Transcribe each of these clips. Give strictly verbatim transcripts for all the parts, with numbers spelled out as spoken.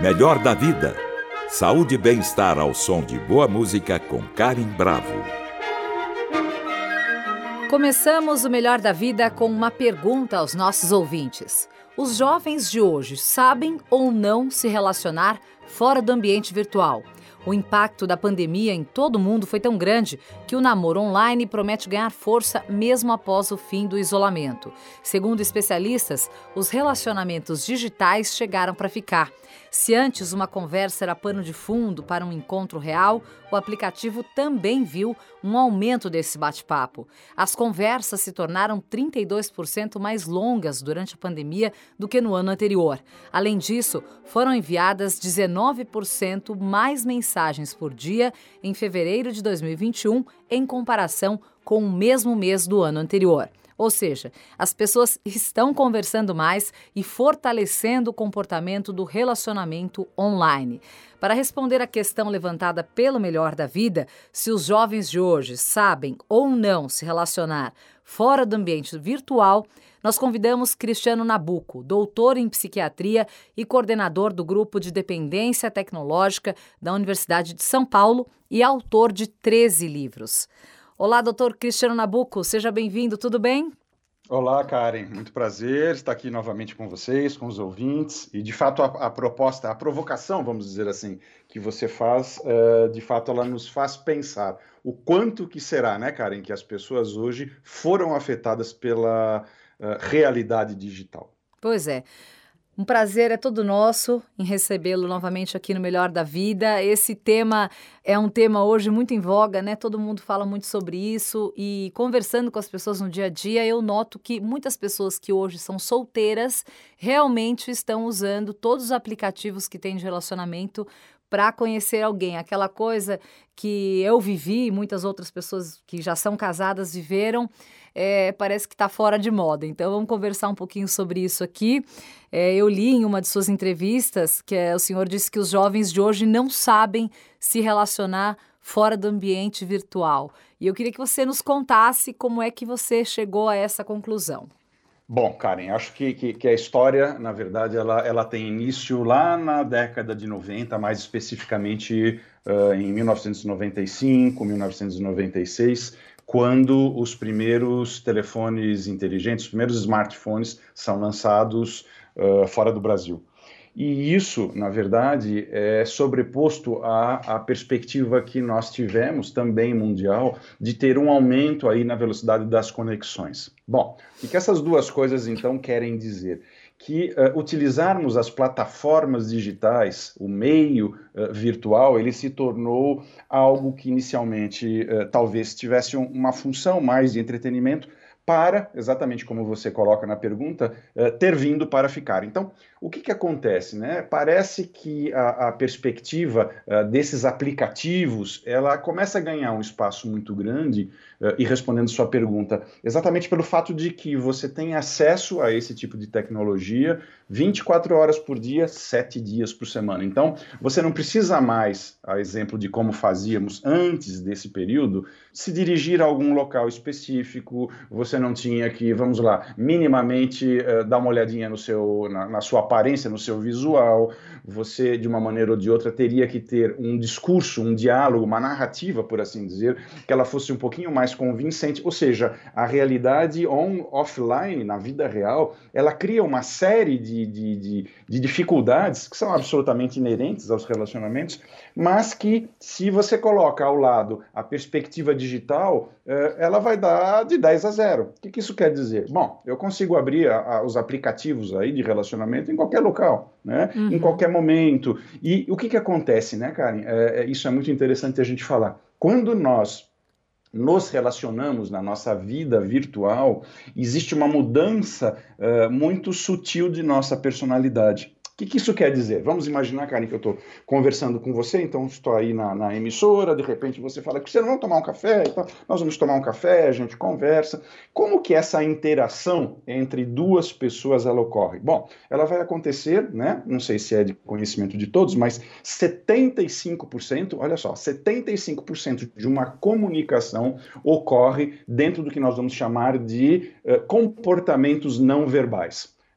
Melhor da Vida. Saúde e bem-estar ao som de boa música com Karen Bravo. Começamos o Melhor da Vida com uma pergunta aos nossos ouvintes. Os jovens de hoje sabem ou não se relacionar fora do ambiente virtual? O impacto da pandemia em todo o mundo foi tão grande que o namoro online promete ganhar força mesmo após o fim do isolamento. Segundo especialistas, os relacionamentos digitais chegaram para ficar. Se antes uma conversa era pano de fundo para um encontro real, o aplicativo também viu um aumento desse bate-papo. As conversas se tornaram trinta e dois por cento mais longas durante a pandemia do que no ano anterior. Além disso, foram enviadas dezenove por cento mais mensagens por dia em fevereiro de dois mil e vinte e um, em comparação com o mesmo mês do ano anterior. Ou seja, as pessoas estão conversando mais e fortalecendo o comportamento do relacionamento online. Para responder à questão levantada pelo Melhor da Vida, se os jovens de hoje sabem ou não se relacionar fora do ambiente virtual, nós convidamos Cristiano Nabuco, doutor em psiquiatria e coordenador do Grupo de Dependência Tecnológica da Universidade de São Paulo e autor de treze livros. Olá, doutor Cristiano Nabuco, seja bem-vindo, tudo bem? Olá, Karen, muito prazer estar aqui novamente com vocês, com os ouvintes, e de fato a, a proposta, a provocação, vamos dizer assim, que você faz, uh, de fato ela nos faz pensar o quanto que será, né, Karen, que as pessoas hoje foram afetadas pela uh, realidade digital. Pois é. Um prazer é todo nosso em recebê-lo novamente aqui no Melhor da Vida. Esse tema é um tema hoje muito em voga, né? Todo mundo fala muito sobre isso e conversando com as pessoas no dia a dia, eu noto que muitas pessoas que hoje são solteiras realmente estão usando todos os aplicativos que tem de relacionamento para conhecer alguém. Aquela coisa que eu vivi e muitas outras pessoas que já são casadas viveram, é, parece que está fora de moda. Então, vamos conversar um pouquinho sobre isso aqui. É, eu li em uma de suas entrevistas que é, o senhor disse que os jovens de hoje não sabem se relacionar fora do ambiente virtual. E eu queria que você nos contasse como é que você chegou a essa conclusão. Bom, Karen, acho que, que, que a história, na verdade, ela, ela tem início lá na década de noventa, mais especificamente uh, em mil novecentos e noventa e cinco, mil novecentos e noventa e seis, quando os primeiros telefones inteligentes, os primeiros smartphones são lançados uh, fora do Brasil. E isso, na verdade, é sobreposto à, à perspectiva que nós tivemos, também mundial, de ter um aumento aí na velocidade das conexões. Bom, o que essas duas coisas, então, querem dizer? Que uh, utilizarmos as plataformas digitais, o meio uh, virtual, ele se tornou algo que inicialmente uh, talvez tivesse um, uma função mais de entretenimento, para, exatamente como você coloca na pergunta, uh, ter vindo para ficar. Então, o que, que acontece, né? Parece que a, a perspectiva uh, desses aplicativos, ela começa a ganhar um espaço muito grande, uh, e respondendo sua pergunta, exatamente pelo fato de que você tem acesso a esse tipo de tecnologia vinte e quatro horas por dia, sete dias por semana. Então, você não precisa mais, a exemplo de como fazíamos antes desse período, se dirigir a algum local específico, você não tinha que, vamos lá, minimamente uh, dar uma olhadinha no seu, na, na sua aparência, no seu visual, você, de uma maneira ou de outra, teria que ter um discurso, um diálogo, uma narrativa, por assim dizer, que ela fosse um pouquinho mais convincente, ou seja, a realidade on, offline, na vida real, ela cria uma série de, de, de, de dificuldades que são absolutamente inerentes aos relacionamentos, mas que, se você coloca ao lado a perspectiva digital, uh, ela vai dar de dez a zero. O que, que isso quer dizer? Bom, eu consigo abrir a, a, os aplicativos aí de relacionamento em qualquer local, né? Uhum. Em qualquer momento. E o que, que acontece, né, Karen? É, isso é muito interessante a gente falar. Quando nós nos relacionamos na nossa vida virtual, existe uma mudança uh, muito sutil de nossa personalidade. O que, que isso quer dizer? Vamos imaginar, Karen, que eu estou conversando com você, então estou aí na, na emissora, de repente você fala que você não vamos tomar um café, então nós vamos tomar um café, a gente conversa. Como que essa interação entre duas pessoas ela ocorre? Bom, ela vai acontecer, né? Não sei se é de conhecimento de todos, mas setenta e cinco por cento, olha só, setenta e cinco por cento de uma comunicação ocorre dentro do que nós vamos chamar de uh, comportamentos não verbais.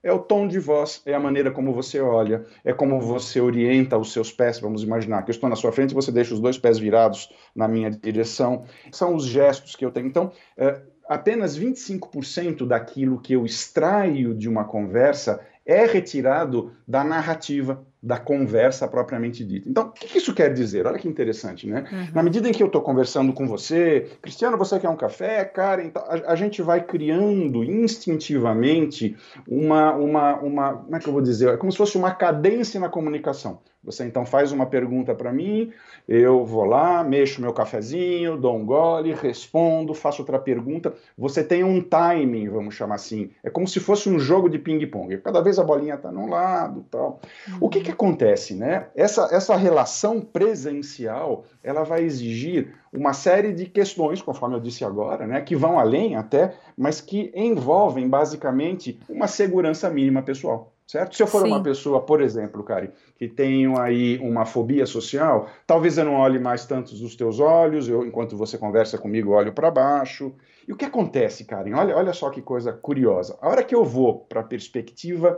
É o tom de voz, é a maneira como você olha, é como você orienta os seus pés. Vamos imaginar que eu estou na sua frente e você deixa os dois pés virados na minha direção. São os gestos que eu tenho. Então, é, apenas vinte e cinco por cento daquilo que eu extraio de uma conversa é retirado da narrativa, da conversa propriamente dita. Então, o que isso quer dizer? Olha que interessante, né? Uhum. Na medida em que eu estou conversando com você, Cristiano, você quer um café? Karen, a, a gente vai criando instintivamente uma, uma, uma, como é que eu vou dizer? É como se fosse uma cadência na comunicação. Você então faz uma pergunta para mim, eu vou lá, mexo meu cafezinho, dou um gole, respondo, faço outra pergunta. Você tem um timing, vamos chamar assim. É como se fosse um jogo de ping-pong. Cada vez a bolinha está num lado, tal. Uhum. O que que acontece, né? Essa, essa relação presencial, ela vai exigir uma série de questões, conforme eu disse agora, né, que vão além até, mas que envolvem basicamente uma segurança mínima pessoal. Certo? Se eu for Sim. uma pessoa, por exemplo, Karen, que tenho aí uma fobia social, talvez eu não olhe mais tantos dos teus olhos, eu, enquanto você conversa comigo, olho para baixo. E o que acontece, Karen? Olha, olha só que coisa curiosa. A hora que eu vou para a perspectiva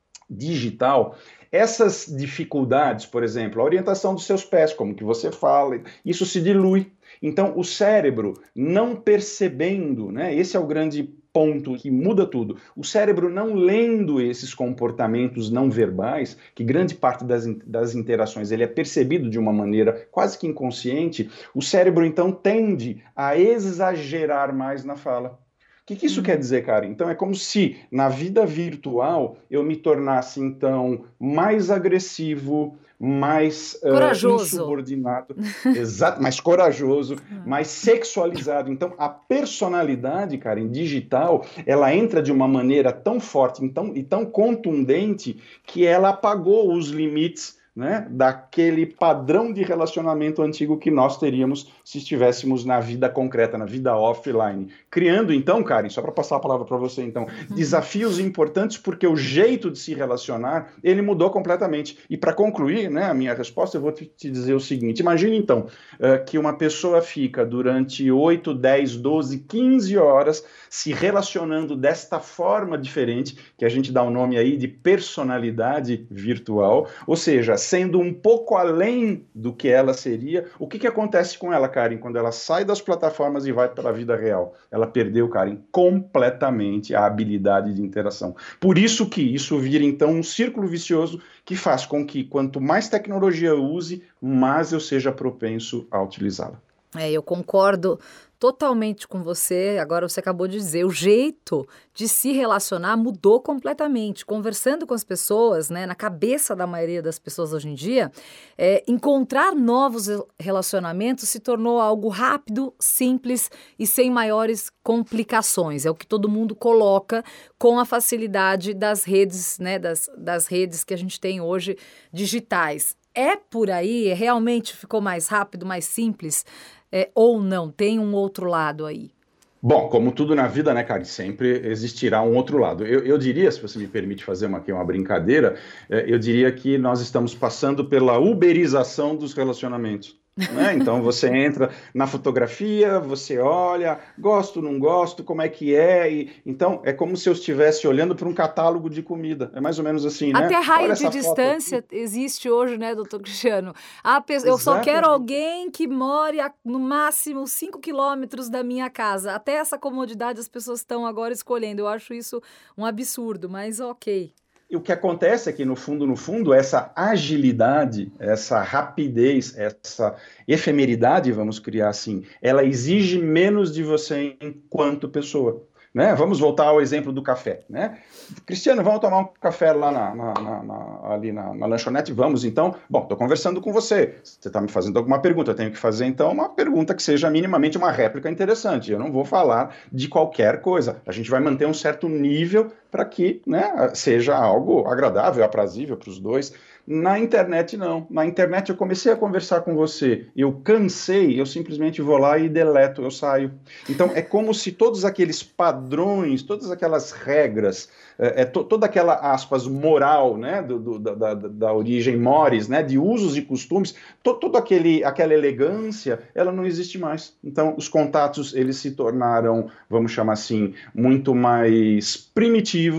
digital, essas dificuldades, por exemplo, a orientação dos seus pés, como que você fala, isso se dilui. Então, o cérebro não percebendo, né? Esse é o grande ponto que muda tudo. O cérebro não lendo esses comportamentos não verbais, que grande parte das, das interações ele é percebido de uma maneira quase que inconsciente, o cérebro então tende a exagerar mais na fala. O que, que isso hum. quer dizer, cara? Então é como se na vida virtual eu me tornasse então mais agressivo, mais uh, insubordinado, exato, mais corajoso, mais sexualizado. Então, a personalidade, cara, em digital, ela entra de uma maneira tão forte então, e tão contundente que ela apagou os limites, né, daquele padrão de relacionamento antigo que nós teríamos se estivéssemos na vida concreta, na vida offline. Criando, então, Karen, só para passar a palavra para você, então, uhum. desafios importantes porque o jeito de se relacionar, ele mudou completamente. E para concluir, né, a minha resposta, eu vou te, te dizer o seguinte, imagine, então, uh, que uma pessoa fica durante oito, dez, doze, quinze horas se relacionando desta forma diferente, que a gente dá o nome aí de personalidade virtual, ou seja, sendo um pouco além do que ela seria. O que, que acontece com ela, Karen, quando ela sai das plataformas e vai para a vida real? Ela perdeu, Karen, completamente a habilidade de interação. Por isso que isso vira, então, um círculo vicioso que faz com que, quanto mais tecnologia eu use, mais eu seja propenso a utilizá-la. É, eu concordo totalmente com você. Agora você acabou de dizer, o jeito de se relacionar mudou completamente. Conversando com as pessoas, né, na cabeça da maioria das pessoas hoje em dia, é, encontrar novos relacionamentos se tornou algo rápido, simples e sem maiores complicações. É o que todo mundo coloca com a facilidade das redes, né, das, das redes que a gente tem hoje digitais. É por aí? Realmente ficou mais rápido, mais simples? É, ou não? Tem um outro lado aí? Bom, como tudo na vida, né, Karen, sempre existirá um outro lado. Eu, eu diria, se você me permite fazer uma, aqui uma brincadeira, eu diria que nós estamos passando pela uberização dos relacionamentos. Né? Então você entra na fotografia, você olha, gosto, não gosto, como é que é, e, então é como se eu estivesse olhando para um catálogo de comida, é mais ou menos assim, né? Até raio de distância existe hoje, né, doutor Cristiano? A pessoa, eu só quero alguém que more a, no máximo cinco quilômetros da minha casa, até essa comodidade as pessoas estão agora escolhendo, eu acho isso um absurdo, mas ok. E o que acontece é que, no fundo, no fundo, essa agilidade, essa rapidez, essa efemeridade, vamos criar assim, ela exige menos de você enquanto pessoa. Né? Vamos voltar ao exemplo do café. Né? Cristiano, vamos tomar um café lá na, na, na, na, ali na, na lanchonete? Vamos, então. Bom, estou conversando com você. Você está me fazendo alguma pergunta. Eu tenho que fazer, então, uma pergunta que seja minimamente uma réplica interessante. Eu não vou falar de qualquer coisa. A gente vai manter um certo nível para que, né, seja algo agradável, aprazível para os dois. Na internet, não. Na internet, eu comecei a conversar com você, eu cansei, eu simplesmente vou lá e deleto, eu saio. Então, é como se todos aqueles padrões, todas aquelas regras, é, é, to, toda aquela, aspas, moral, né, do, do, da, da, da origem mores, né, de usos e costumes, to, toda aquele, aquela elegância, ela não existe mais. Então, os contatos, eles se tornaram, vamos chamar assim, muito mais primitivos,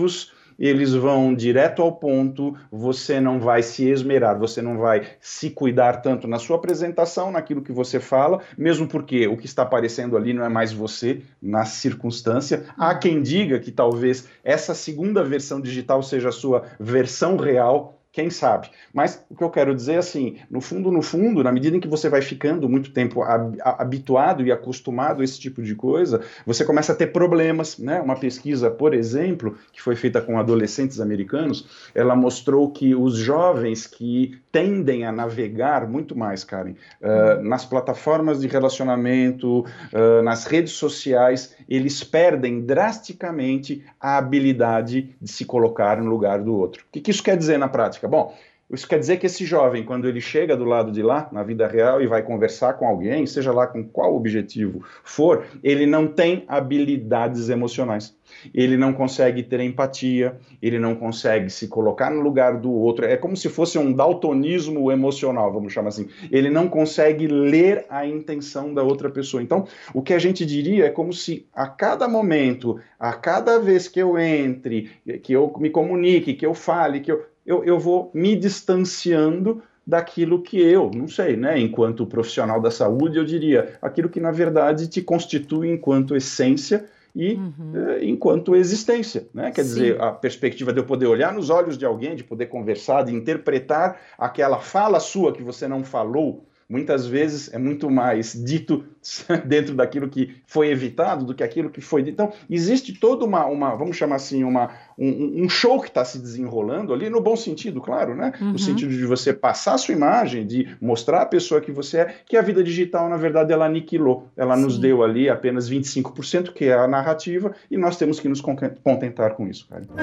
eles vão direto ao ponto, você não vai se esmerar, você não vai se cuidar tanto na sua apresentação, naquilo que você fala, mesmo porque o que está aparecendo ali não é mais você na circunstância. Há quem diga que talvez essa segunda versão digital seja a sua versão real, quem sabe? Mas o que eu quero dizer é assim, no fundo, no fundo, na medida em que você vai ficando muito tempo hab- habituado e acostumado a esse tipo de coisa, você começa a ter problemas, né? Uma pesquisa, por exemplo, que foi feita com adolescentes americanos, ela mostrou que os jovens que tendem a navegar muito mais, Karen, uh, nas plataformas de relacionamento, uh, nas redes sociais, eles perdem drasticamente a habilidade de se colocar no lugar do outro. O que, que isso quer dizer na prática? Bom, isso quer dizer que esse jovem, quando ele chega do lado de lá, na vida real, e vai conversar com alguém, seja lá com qual objetivo for, ele não tem habilidades emocionais. Ele não consegue ter empatia, ele não consegue se colocar no lugar do outro. É como se fosse um daltonismo emocional, vamos chamar assim. Ele não consegue ler a intenção da outra pessoa. Então, o que a gente diria é como se a cada momento, a cada vez que eu entre, que eu me comunique, que eu fale, que eu, eu, eu vou me distanciando daquilo que eu, não sei, né, enquanto profissional da saúde, eu diria, aquilo que na verdade te constitui enquanto essência e uhum. eh, enquanto existência, né? Quer Sim. dizer, a perspectiva de eu poder olhar nos olhos de alguém, de poder conversar, de interpretar aquela fala sua que você não falou, muitas vezes é muito mais dito dentro daquilo que foi evitado do que aquilo que foi dito. Então, existe toda uma, uma vamos chamar assim, uma, um, um show que está se desenrolando ali, no bom sentido, claro, né? Uhum. No sentido de você passar a sua imagem, de mostrar a pessoa que você é, que a vida digital, na verdade, ela aniquilou. Ela Sim. nos deu ali apenas vinte e cinco por cento, que é a narrativa, e nós temos que nos contentar com isso, cara.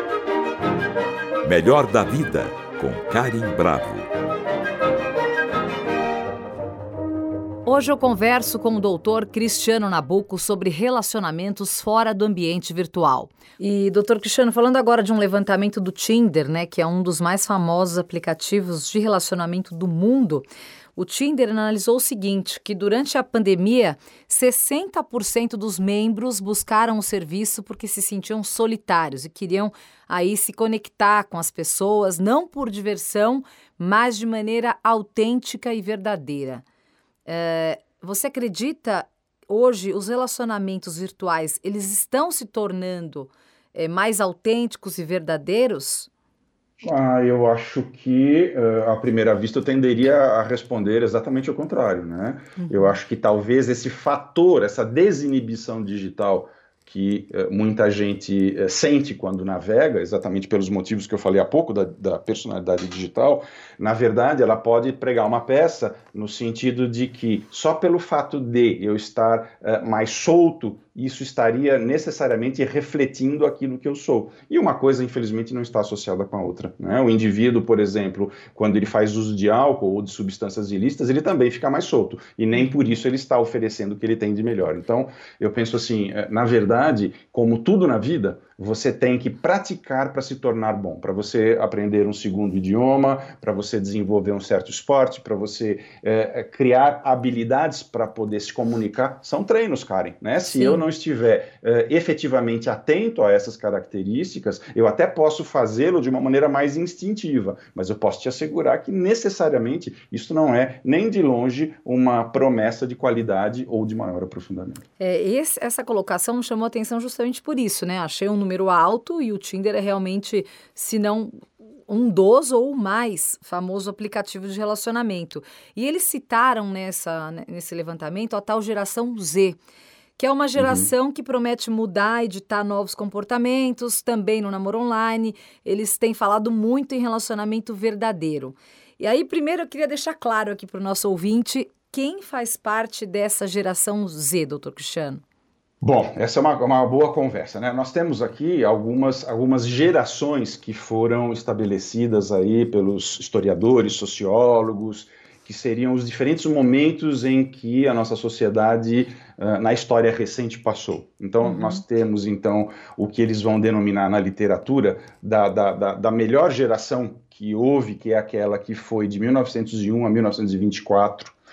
Melhor da Vida, com Karen Bravo. Hoje eu converso com o doutor Cristiano Nabuco sobre relacionamentos fora do ambiente virtual. E, doutor Cristiano, falando agora de um levantamento do Tinder, né, que é um dos mais famosos aplicativos de relacionamento do mundo, o Tinder analisou o seguinte, que durante a pandemia, sessenta por cento dos membros buscaram o serviço porque se sentiam solitários e queriam aí se conectar com as pessoas, não por diversão, mas de maneira autêntica e verdadeira. É, você acredita hoje os relacionamentos virtuais eles estão se tornando é, mais autênticos e verdadeiros? Ah, eu acho que uh, à primeira vista eu tenderia a responder exatamente o contrário, né? Uhum. Eu acho que talvez esse fator, essa desinibição digital que uh, muita gente uh, sente quando navega, exatamente pelos motivos que eu falei há pouco da, da personalidade digital, na verdade ela pode pregar uma peça no sentido de que só pelo fato de eu estar uh, mais solto, isso estaria necessariamente refletindo aquilo que eu sou. E uma coisa, infelizmente, não está associada com a outra, né? O indivíduo, por exemplo, quando ele faz uso de álcool ou de substâncias ilícitas, ele também fica mais solto. E nem por isso ele está oferecendo o que ele tem de melhor. Então, eu penso assim, na verdade, como tudo na vida, você tem que praticar para se tornar bom, para você aprender um segundo idioma, para você desenvolver um certo esporte, para você é, criar habilidades para poder se comunicar. São treinos, Karen, né? Se Sim. eu não estiver é, efetivamente atento a essas características, eu até posso fazê-lo de uma maneira mais instintiva, mas eu posso te assegurar que necessariamente isso não é nem de longe uma promessa de qualidade ou de maior aprofundamento. É, esse, essa colocação me chamou a atenção justamente por isso, né? Achei um número alto e o Tinder é realmente, se não um dos ou o mais famoso aplicativo de relacionamento. E eles citaram nessa, nesse levantamento a tal geração Z, que é uma geração uhum. que promete mudar e ditar novos comportamentos, também no namoro online. Eles têm falado muito em relacionamento verdadeiro. E aí, primeiro, eu queria deixar claro aqui para o nosso ouvinte quem faz parte dessa geração Z, doutor Cristiano. Bom, essa é uma, uma boa conversa, né? Nós temos aqui algumas, algumas gerações que foram estabelecidas aí pelos historiadores, sociólogos, que seriam os diferentes momentos em que a nossa sociedade, uh, na história recente, passou. Então, uhum. nós temos, então, o que eles vão denominar na literatura da, da, da, da melhor geração que houve, que é aquela que foi de mil novecentos e um a mil novecentos e vinte e quatro,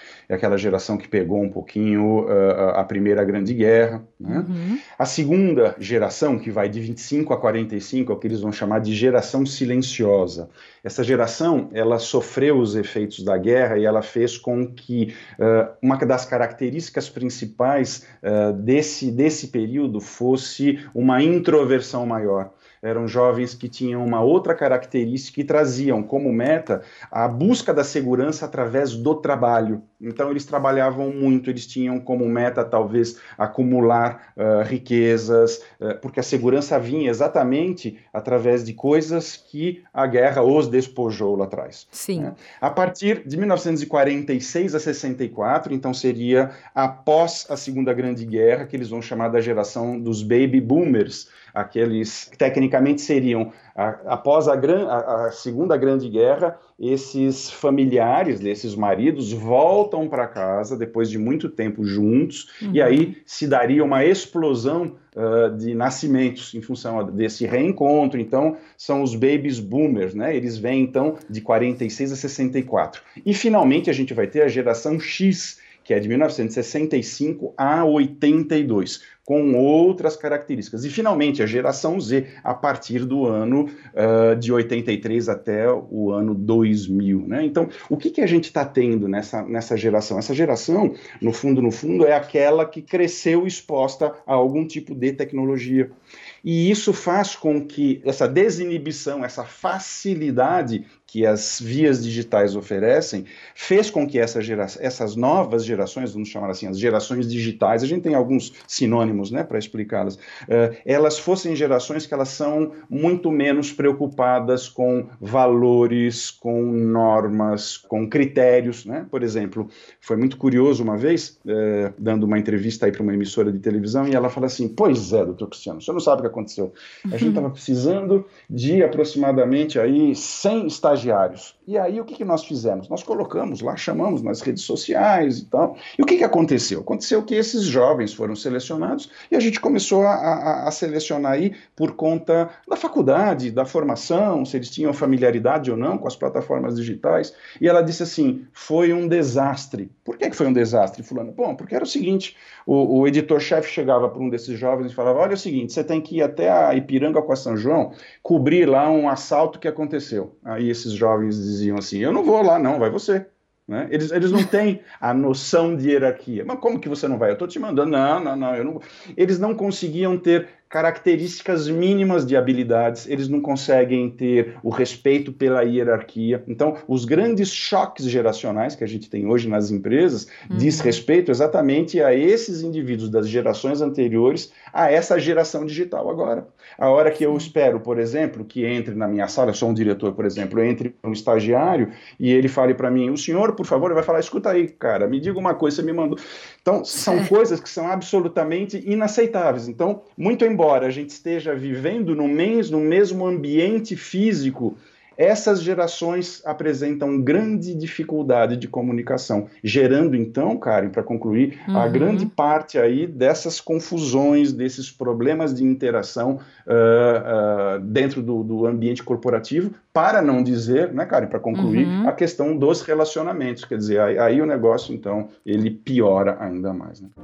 é aquela geração que pegou um pouquinho uh, a Primeira Grande Guerra, né? Uhum. A segunda geração, que vai de vinte e cinco a quarenta e cinco, é o que eles vão chamar de geração silenciosa. Essa geração, ela sofreu os efeitos da guerra e ela fez com que uh, uma das características principais uh, desse, desse período fosse uma introversão maior. Eram jovens que tinham uma outra característica e traziam como meta a busca da segurança através do trabalho. Então, eles trabalhavam muito, eles tinham como meta, talvez, acumular uh, riquezas, uh, porque a segurança vinha exatamente através de coisas que a guerra os despojou lá atrás. Sim. Né? A partir de mil novecentos e quarenta e seis a sessenta e quatro, então seria após a Segunda Grande Guerra, que eles vão chamar da geração dos baby boomers, aqueles que tecnicamente seriam, a, após a, gran, a, a Segunda Grande Guerra, esses familiares desses maridos voltam para casa depois de muito tempo juntos, uhum. e aí se daria uma explosão uh, de nascimentos em função desse reencontro. Então, são os babies boomers, né? Eles vêm, então, de quarenta e seis a sessenta e quatro. E, finalmente, a gente vai ter a geração X, que é de mil novecentos e sessenta e cinco a oitenta e dois, com outras características. E, finalmente, a geração Z, a partir do ano uh, de oitenta e três até o ano dois mil. Né? Então, o que, que a gente está tendo nessa, nessa geração? Essa geração, no fundo, no fundo, é aquela que cresceu exposta a algum tipo de tecnologia. E isso faz com que essa desinibição, essa facilidade que as vias digitais oferecem, fez com que essa gera, essas novas gerações, vamos chamar assim, as gerações digitais, a gente tem alguns sinônimos, né, para explicá-las, uh, elas fossem gerações que elas são muito menos preocupadas com valores, com normas, com critérios, né? Por exemplo, foi muito curioso uma vez, uh, dando uma entrevista aí para uma emissora de televisão, e ela fala assim: pois é, doutor Cristiano, o senhor não sabe o que aconteceu. A gente estava precisando de aproximadamente aí cem estagiários. E aí, o que, que nós fizemos? Nós colocamos lá, chamamos nas redes sociais e tal. E o que, que aconteceu? Aconteceu que esses jovens foram selecionados e a gente começou a, a, a selecionar aí por conta da faculdade, da formação, se eles tinham familiaridade ou não com as plataformas digitais. E ela disse assim: foi um desastre. Por que, que foi um desastre, fulano? Bom, porque era o seguinte, o, o editor-chefe chegava para um desses jovens e falava: olha, é o seguinte, você tem que ir até a Ipiranga com a São João, cobrir lá um assalto que aconteceu. Aí esses jovens diziam assim: eu não vou lá não, vai você. Né? Eles, eles não têm a noção de hierarquia. Mas como que você não vai? Eu estou te mandando. Não, não, não, eu não. Eles não conseguiam ter características mínimas de habilidades, eles não conseguem ter o respeito pela hierarquia. Então, os grandes choques geracionais que a gente tem hoje nas empresas uhum. diz respeito exatamente a esses indivíduos das gerações anteriores a essa geração digital agora. A hora que eu espero, por exemplo, que entre na minha sala, eu sou um diretor, por exemplo, entre um estagiário e ele fale para mim: o senhor, por favor, ele vai falar: escuta aí, cara, me diga uma coisa, você me mandou. Então, são coisas que são absolutamente inaceitáveis. Então, muito embora a gente esteja vivendo no mesmo, no mesmo ambiente físico, essas gerações apresentam grande dificuldade de comunicação, gerando então, Karen, para concluir, uhum. a grande parte aí dessas confusões, desses problemas de interação uh, uh, dentro do, do ambiente corporativo, para não dizer, né, Karen, para concluir, uhum. a questão dos relacionamentos. Quer dizer, aí, aí o negócio, então, ele piora ainda mais. Né?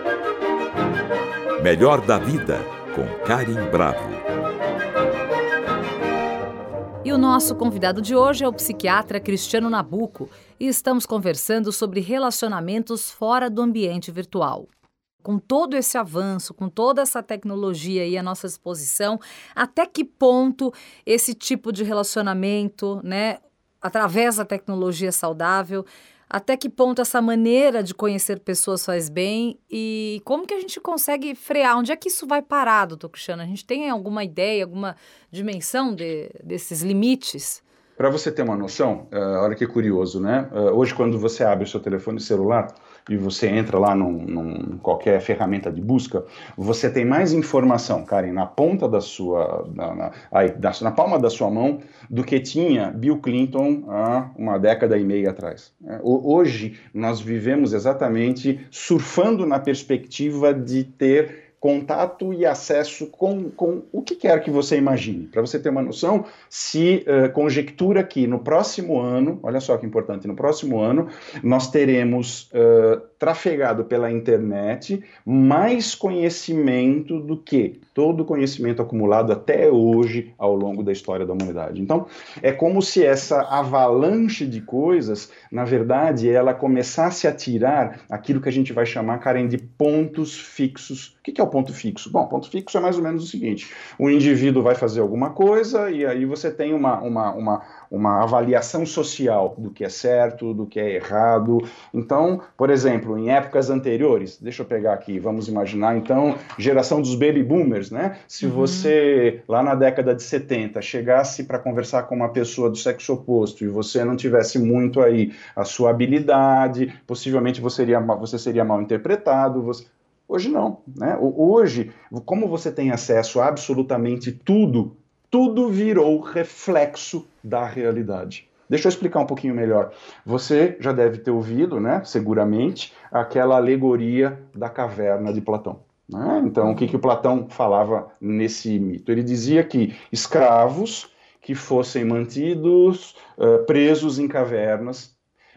Melhor da Vida, com Karen Bravo. E o nosso convidado de hoje é o psiquiatra Cristiano Nabuco e estamos conversando sobre relacionamentos fora do ambiente virtual. Com todo esse avanço, com toda essa tecnologia aí à nossa disposição, até que ponto esse tipo de relacionamento, né, através da tecnologia saudável, até que ponto essa maneira de conhecer pessoas faz bem e como que a gente consegue frear? Onde é que isso vai parar, doutor Cristiano? A gente tem alguma ideia, alguma dimensão de, desses limites? Para você ter uma noção, uh, olha que curioso, né? Uh, hoje, quando você abre o seu telefone celular e você entra lá num, num qualquer ferramenta de busca, você tem mais informação, Karen, na ponta da sua, na, na, aí, da, na palma da sua mão, do que tinha Bill Clinton há uma década e meia atrás. É, hoje, nós vivemos exatamente surfando na perspectiva de ter contato e acesso com, com o que quer que você imagine. Para você ter uma noção, se uh, conjectura que no próximo ano, olha só que importante, no próximo ano nós teremos uh, trafegado pela internet mais conhecimento do que todo o conhecimento acumulado até hoje ao longo da história da humanidade. Então, é como se essa avalanche de coisas, na verdade, ela começasse a tirar aquilo que a gente vai chamar, Karen, de pontos fixos. O que é o ponto fixo? Bom, ponto fixo é mais ou menos o seguinte: o indivíduo vai fazer alguma coisa e aí você tem uma, uma, uma, uma avaliação social do que é certo, do que é errado. Então, por exemplo, em épocas anteriores, deixa eu pegar aqui, vamos imaginar, então, geração dos baby boomers, né? Se uhum. você, lá na década de setenta, chegasse para conversar com uma pessoa do sexo oposto e você não tivesse muito aí a sua habilidade, possivelmente você seria, você seria mal interpretado, você... Hoje não, né? Hoje, como você tem acesso a absolutamente tudo, tudo virou reflexo da realidade. Deixa eu explicar um pouquinho melhor. Você já deve ter ouvido, né, seguramente, aquela alegoria da caverna de Platão. Né? Então, o que, que o Platão falava nesse mito? Ele dizia que escravos que fossem mantidos uh, presos em cavernas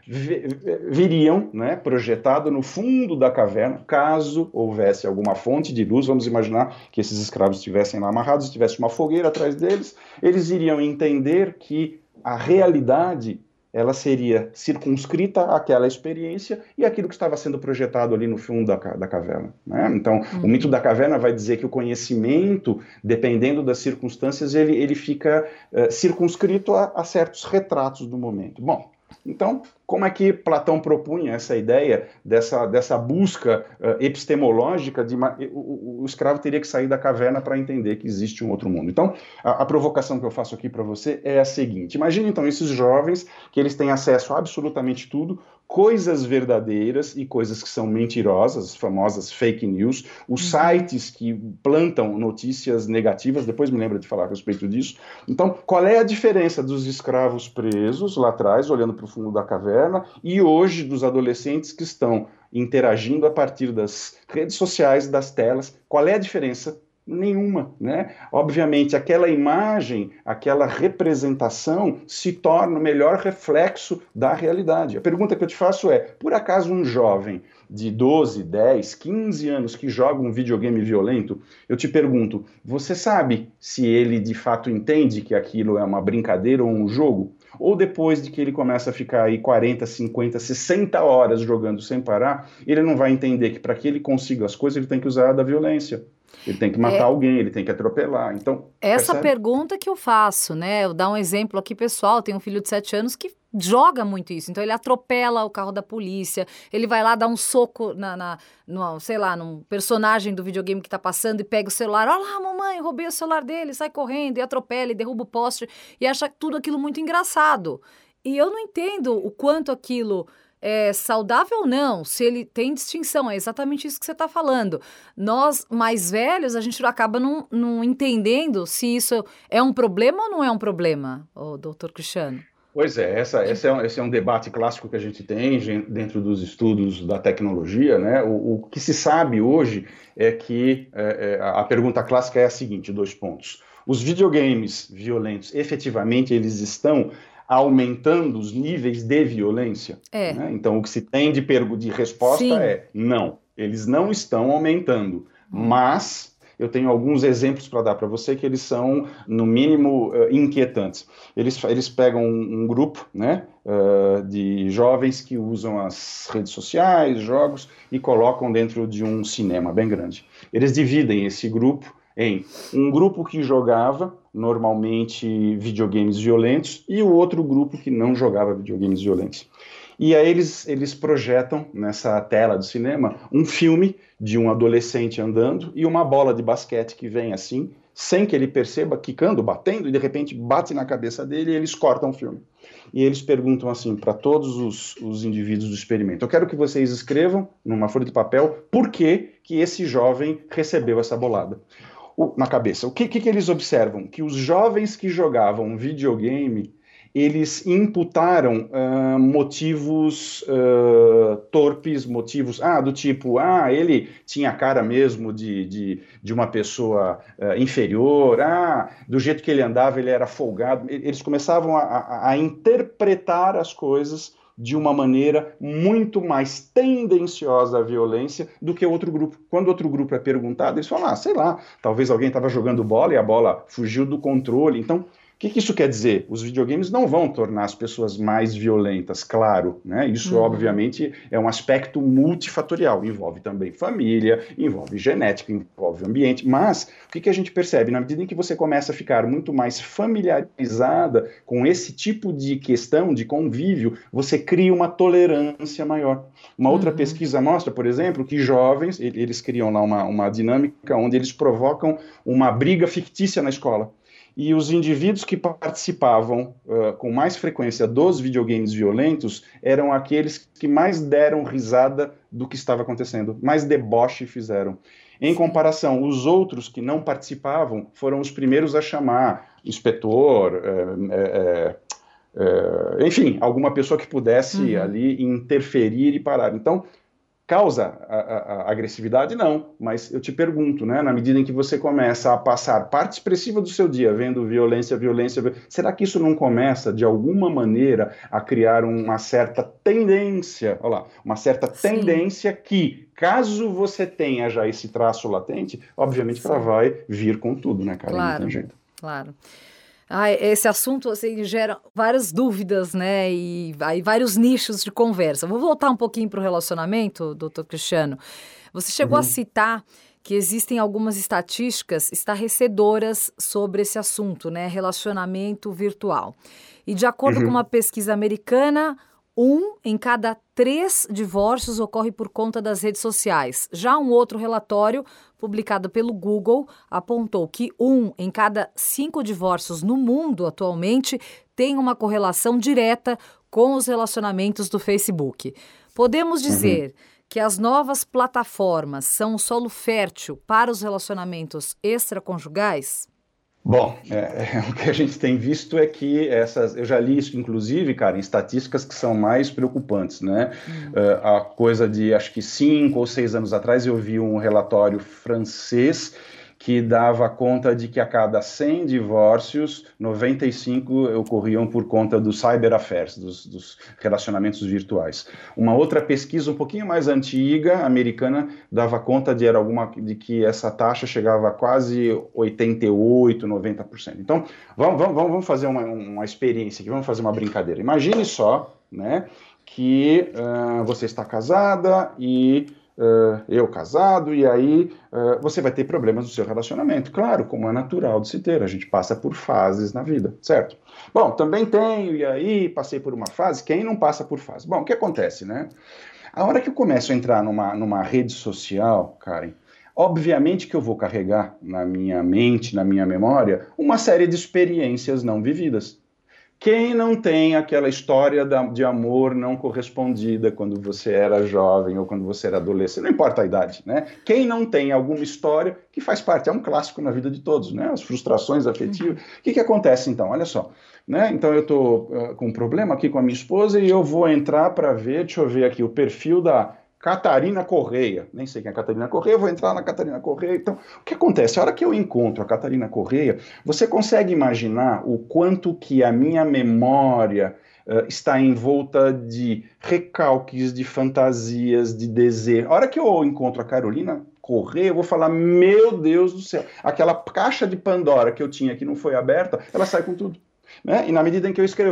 viriam, né, projetado no fundo da caverna, caso houvesse alguma fonte de luz. Vamos imaginar que esses escravos estivessem lá amarrados, tivesse uma fogueira atrás deles, eles iriam entender que a realidade, ela seria circunscrita àquela experiência e àquilo que estava sendo projetado ali no fundo da, da caverna. Né? Então, uhum. o mito da caverna vai dizer que o conhecimento, dependendo das circunstâncias, ele, ele fica uh, circunscrito a, a certos retratos do momento. Bom, então, como é que Platão propunha essa ideia dessa, dessa busca uh, epistemológica de uma, o, o, o escravo teria que sair da caverna para entender que existe um outro mundo? Então, a, a provocação que eu faço aqui para você é a seguinte: imagine então esses jovens que eles têm acesso a absolutamente tudo, coisas verdadeiras e coisas que são mentirosas, as famosas fake news, os uhum. sites que plantam notícias negativas, depois me lembra de falar a respeito disso. Então, qual é a diferença dos escravos presos lá atrás, olhando para o fundo da caverna, e hoje dos adolescentes que estão interagindo a partir das redes sociais, das telas? Qual é a diferença? Nenhuma, né? Obviamente, aquela imagem, aquela representação se torna o melhor reflexo da realidade. A pergunta que eu te faço é: por acaso um jovem de doze, dez, quinze anos que joga um videogame violento, eu te pergunto, você sabe se ele de fato entende que aquilo é uma brincadeira ou um jogo? Ou depois de que ele começa a ficar aí quarenta, cinquenta, sessenta horas jogando sem parar, ele não vai entender que para que ele consiga as coisas, ele tem que usar da violência. Ele tem que matar é, alguém, ele tem que atropelar. Então, essa percebe? Pergunta que eu faço, né? Eu dar um exemplo aqui, pessoal. Tem um filho de sete anos que joga muito isso. Então, ele atropela o carro da polícia, ele vai lá dar um soco na, na no, sei lá, num personagem do videogame que tá passando e pega o celular. Olha lá, mamãe, roubei o celular dele, sai correndo e atropela e derruba o poste e acha tudo aquilo muito engraçado. E eu não entendo o quanto aquilo é saudável ou não, se ele tem distinção. É exatamente isso que você está falando. Nós, mais velhos, a gente acaba não, não entendendo se isso é um problema ou não é um problema, ô, doutor Cristiano. Pois é, essa, essa é um, esse é um debate clássico que a gente tem dentro dos estudos da tecnologia, né? O, o que se sabe hoje é que é, é, a pergunta clássica é a seguinte, dois pontos. Os videogames violentos, efetivamente, eles estão aumentando os níveis de violência? É. Né? Então, o que se tem de, de resposta Sim. é não, eles não estão aumentando, hum. mas eu tenho alguns exemplos para dar para você que eles são, no mínimo, uh, inquietantes. Eles, eles pegam um, um grupo, né, uh, de jovens que usam as redes sociais, jogos, e colocam dentro de um cinema bem grande. Eles dividem esse grupo em um grupo que jogava normalmente videogames violentos e o outro grupo que não jogava videogames violentos. E aí eles, eles projetam nessa tela do cinema um filme de um adolescente andando e uma bola de basquete que vem assim, sem que ele perceba, quicando, batendo, e de repente bate na cabeça dele e eles cortam o filme. E eles perguntam assim para todos os, os indivíduos do experimento: eu quero que vocês escrevam numa folha de papel por que, que esse jovem recebeu essa bolada na cabeça. O que, que, que eles observam? Que os jovens que jogavam videogame, eles imputaram uh, motivos uh, torpes, motivos, ah, do tipo, ah, ele tinha cara mesmo de, de, de uma pessoa uh, inferior, ah, do jeito que ele andava ele era folgado. Eles começavam a, a, a interpretar as coisas de uma maneira muito mais tendenciosa à violência do que outro grupo. Quando outro grupo é perguntado, eles falam, ah, sei lá, talvez alguém estava jogando bola e a bola fugiu do controle. Então, o que, que isso quer dizer? Os videogames não vão tornar as pessoas mais violentas, claro, né? Isso, uhum. obviamente, é um aspecto multifatorial. Envolve também família, envolve genética, envolve ambiente. Mas, o que, que a gente percebe? Na medida em que você começa a ficar muito mais familiarizada com esse tipo de questão, de convívio, você cria uma tolerância maior. Uma outra uhum. pesquisa mostra, por exemplo, que jovens, eles criam lá uma, uma dinâmica onde eles provocam uma briga fictícia na escola. E os indivíduos que participavam uh, com mais frequência dos videogames violentos eram aqueles que mais deram risada do que estava acontecendo, mais deboche fizeram. Em comparação, os outros que não participavam foram os primeiros a chamar inspetor, é, é, é, enfim, alguma pessoa que pudesse uhum. ali interferir e parar. Então, causa a, a, a agressividade? Não, mas eu te pergunto, né, na medida em que você começa a passar parte expressiva do seu dia vendo violência, violência, violência, será que isso não começa, de alguma maneira, a criar uma certa tendência, olha lá, uma certa Sim. tendência que, caso você tenha já esse traço latente, obviamente Sim. que ela vai vir com tudo, né, cara? Claro, não tem jeito. Claro. Ah, esse assunto assim, gera várias dúvidas, né, e aí vários nichos de conversa. Vou voltar um pouquinho para o relacionamento, doutor Cristiano. Você chegou uhum. a citar que existem algumas estatísticas estarrecedoras sobre esse assunto, né, relacionamento virtual. E de acordo uhum. com uma pesquisa americana, um em cada três divórcios ocorre por conta das redes sociais. Já um outro relatório, publicado pelo Google, apontou que um em cada cinco divórcios no mundo atualmente tem uma correlação direta com os relacionamentos do Facebook. Podemos dizer uhum. que as novas plataformas são um solo fértil para os relacionamentos extraconjugais? Bom, é, é, o que a gente tem visto é que essas, eu já li isso inclusive, cara, em estatísticas que são mais preocupantes, né? Uhum. Uh, a coisa de, acho que cinco ou seis anos atrás, eu vi um relatório francês que dava conta de que a cada cem divórcios, noventa e cinco ocorriam por conta dos cyber affairs, dos, dos relacionamentos virtuais. Uma outra pesquisa um pouquinho mais antiga, americana, dava conta de, era alguma, de que essa taxa chegava a quase oitenta e oito, noventa por cento. Então, vamos, vamos, vamos fazer uma, uma experiência aqui, vamos fazer uma brincadeira. Imagine só, né, que uh, você está casada e... Uh, eu casado, e aí uh, você vai ter problemas no seu relacionamento. Claro, como é natural de se ter, a gente passa por fases na vida, certo? Bom, também tenho, e aí passei por uma fase, quem não passa por fase? Bom, o que acontece, né? A hora que eu começo a entrar numa, numa rede social, Karen, obviamente que eu vou carregar na minha mente, na minha memória, uma série de experiências não vividas. Quem não tem aquela história de amor não correspondida quando você era jovem ou quando você era adolescente, não importa a idade, né? Quem não tem alguma história que faz parte, é um clássico na vida de todos, né? As frustrações afetivas. O que que acontece então? Olha só, né? Então eu estou uh, com um problema aqui com a minha esposa e eu vou entrar para ver, deixa eu ver aqui, o perfil da Catarina Correia, nem sei quem é a Catarina Correia, eu vou entrar na Catarina Correia. Então, o que acontece? A hora que eu encontro a Catarina Correia, você consegue imaginar o quanto que a minha memória uh, está envolta de recalques, de fantasias, de desejo. A hora que eu encontro a Carolina Correia, eu vou falar, meu Deus do céu, aquela caixa de Pandora que eu tinha que não foi aberta, ela sai com tudo. Né? E na medida em que eu escrevo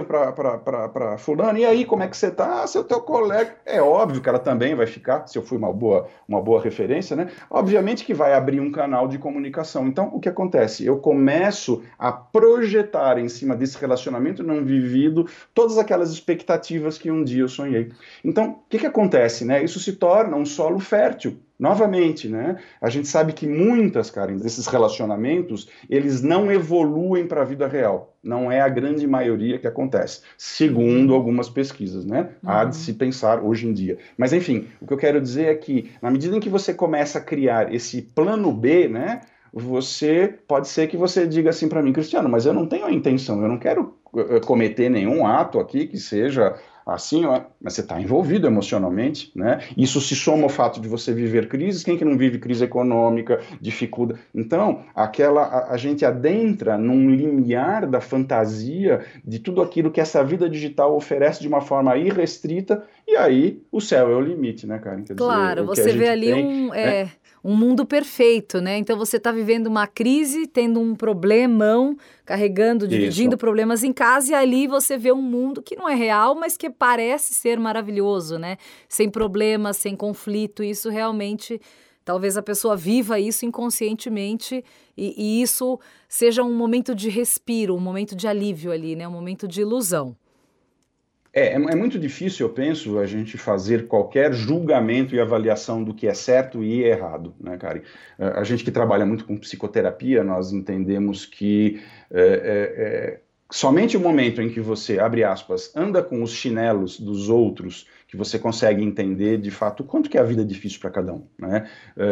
para fulano, e aí, como é que você está? Ah, seu teu colega. É óbvio que ela também vai ficar, se eu fui uma boa, uma boa referência, né? Obviamente que vai abrir um canal de comunicação. Então, o que acontece? Eu começo a projetar em cima desse relacionamento não vivido todas aquelas expectativas que um dia eu sonhei. Então, o que, que acontece? Né? Isso se torna um solo fértil. Novamente, né? A gente sabe que muitas, Karen, desses relacionamentos, eles não evoluem para a vida real. Não é a grande maioria que acontece, segundo algumas pesquisas, né? Uhum. Há de se pensar hoje em dia. Mas, enfim, o que eu quero dizer é que, na medida em que você começa a criar esse plano B, né? Você, pode ser que você diga assim para mim, Cristiano, mas eu não tenho a intenção, eu não quero uh, cometer nenhum ato aqui que seja assim, ó, mas você está envolvido emocionalmente, né? Isso se soma ao fato de você viver crises. Quem que não vive crise econômica, dificuldade? Então, aquela, a, a gente adentra num limiar da fantasia de tudo aquilo que essa vida digital oferece de uma forma irrestrita, e aí o céu é o limite, né, Karen? Quer claro, dizer, você vê ali tem, um... né? É... um mundo perfeito, né? Então você está vivendo uma crise, tendo um problemão, carregando, dividindo Isso. problemas em casa, e ali você vê um mundo que não é real, mas que parece ser maravilhoso, né? Sem problemas, sem conflito. Isso realmente, talvez a pessoa viva isso inconscientemente e, e isso seja um momento de respiro, um momento de alívio ali, né? Um momento de ilusão. É, é muito difícil, eu penso, a gente fazer qualquer julgamento e avaliação do que é certo e errado, né, Karen? A gente que trabalha muito com psicoterapia, nós entendemos que é, é, é, somente o momento em que você, abre aspas, anda com os chinelos dos outros, que você consegue entender, de fato, o quanto que a vida é difícil para cada um, né?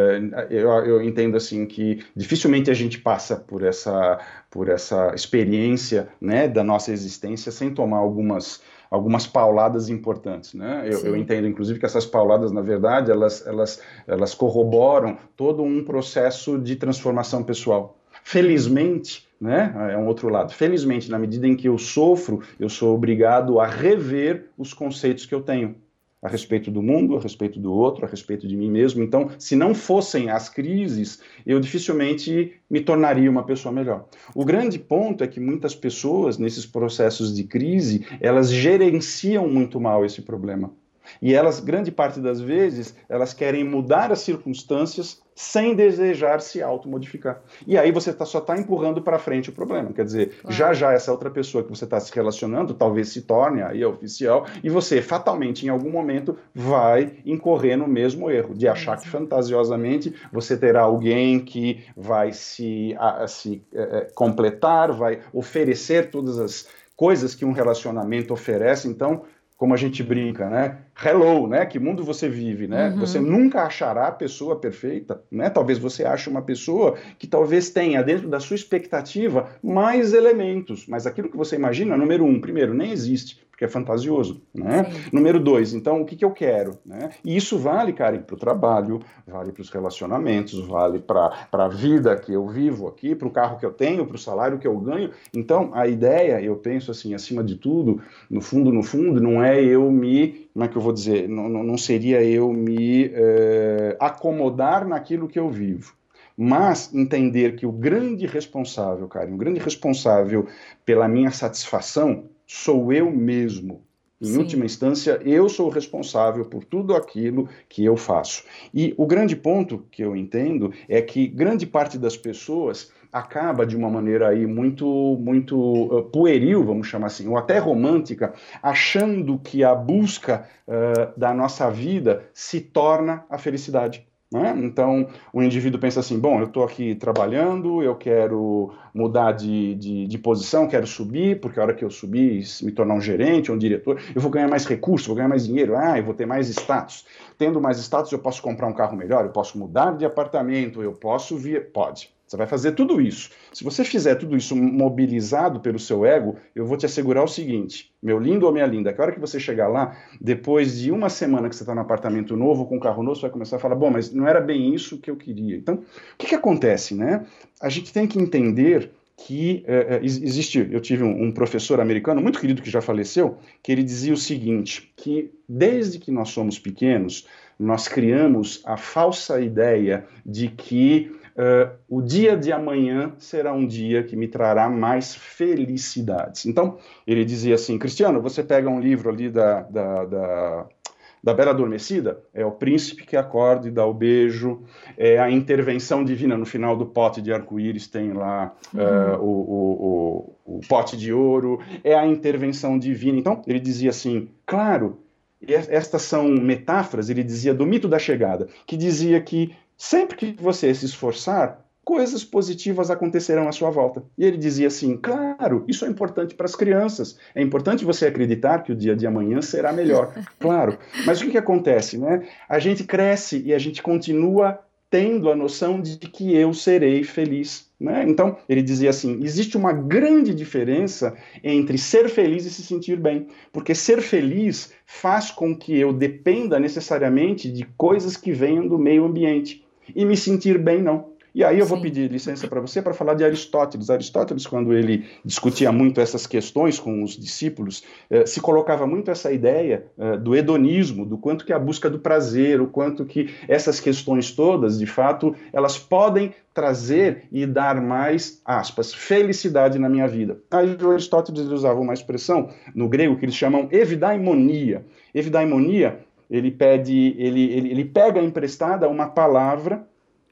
Eu, eu entendo, assim, que dificilmente a gente passa por essa, por essa experiência, né, da nossa existência sem tomar algumas... algumas pauladas importantes, né? Eu, eu entendo, inclusive, que essas pauladas, na verdade, elas, elas, elas corroboram todo um processo de transformação pessoal. Felizmente, né? É um outro lado. Felizmente, na medida em que eu sofro, eu sou obrigado a rever os conceitos que eu tenho a respeito do mundo, a respeito do outro, a respeito de mim mesmo. Então, se não fossem as crises, eu dificilmente me tornaria uma pessoa melhor. O grande ponto é que muitas pessoas, nesses processos de crise, elas gerenciam muito mal esse problema. E elas, grande parte das vezes, elas querem mudar as circunstâncias sem desejar se automodificar. E aí você tá, só está empurrando para frente o problema. Quer dizer, claro, já já essa outra pessoa que você está se relacionando talvez se torne aí a oficial e você fatalmente em algum momento vai incorrer no mesmo erro de achar que fantasiosamente você terá alguém que vai se, a, se é, completar, vai oferecer todas as coisas que um relacionamento oferece. Então, como a gente brinca, né? Hello, né? Que mundo você vive, né? Uhum. Você nunca achará a pessoa perfeita, né? Talvez você ache uma pessoa que talvez tenha dentro da sua expectativa mais elementos, mas aquilo que você imagina, número um, primeiro, nem existe, porque é fantasioso, né? Sim. Número dois, então, o que, que eu quero, né? E isso vale, cara, para o trabalho, vale para os relacionamentos, vale para a vida que eu vivo aqui, para o carro que eu tenho, para o salário que eu ganho. Então, a ideia, eu penso assim, acima de tudo, no fundo, no fundo, não é eu me, como é que eu vou dizer, não, não seria eu me eh, acomodar naquilo que eu vivo, mas entender que o grande responsável, cara, o grande responsável pela minha satisfação sou eu mesmo. Em Sim. última instância, eu sou o responsável por tudo aquilo que eu faço. E o grande ponto que eu entendo é que grande parte das pessoas acaba de uma maneira aí muito, muito uh, pueril, vamos chamar assim, ou até romântica, achando que a busca uh, da nossa vida se torna a felicidade. Né? Então, o indivíduo pensa assim, bom, eu estou aqui trabalhando, eu quero mudar de, de, de posição, quero subir, porque a hora que eu subir, me tornar um gerente ou um diretor, eu vou ganhar mais recursos, vou ganhar mais dinheiro, ah, eu vou ter mais status. Tendo mais status, eu posso comprar um carro melhor, eu posso mudar de apartamento, eu posso vir... Pode. Você vai fazer tudo isso. Se você fizer tudo isso mobilizado pelo seu ego, eu vou te assegurar o seguinte, meu lindo ou minha linda, que a hora que você chegar lá, depois de uma semana que você está no apartamento novo, com um carro novo, você vai começar a falar, bom, mas não era bem isso que eu queria. Então, o que, que acontece, né? A gente tem que entender que é, existe, eu tive um, um professor americano, muito querido, que já faleceu, que ele dizia o seguinte, que desde que nós somos pequenos, nós criamos a falsa ideia de que Uh, o dia de amanhã será um dia que me trará mais felicidades. Então, ele dizia assim, Cristiano, você pega um livro ali da, da, da, da Bela Adormecida, é o príncipe que acorda e dá o beijo, é a intervenção divina no final do pote de arco-íris, tem lá uhum. uh, o, o, o, o pote de ouro, é a intervenção divina. Então, ele dizia assim, claro, estas são metáforas, ele dizia, do mito da chegada, que dizia que sempre que você se esforçar, coisas positivas acontecerão à sua volta. E ele dizia assim, claro, isso é importante para as crianças. É importante você acreditar que o dia de amanhã será melhor. Claro. Mas o que, que acontece, né? A gente cresce e a gente continua tendo a noção de que eu serei feliz. Né? Então, ele dizia assim, existe uma grande diferença entre ser feliz e se sentir bem, porque ser feliz faz com que eu dependa necessariamente de coisas que venham do meio ambiente, e me sentir bem não. E aí eu vou Sim. pedir licença para você para falar de Aristóteles. Aristóteles, quando ele discutia muito essas questões com os discípulos, eh, se colocava muito essa ideia eh, do hedonismo, do quanto que a busca do prazer, o quanto que essas questões todas, de fato, elas podem trazer e dar mais, aspas, felicidade na minha vida. Aí o Aristóteles ele usava uma expressão no grego que eles chamam evidaimonia. Evidaimonia, ele, pede, ele, ele, ele pega emprestada uma palavra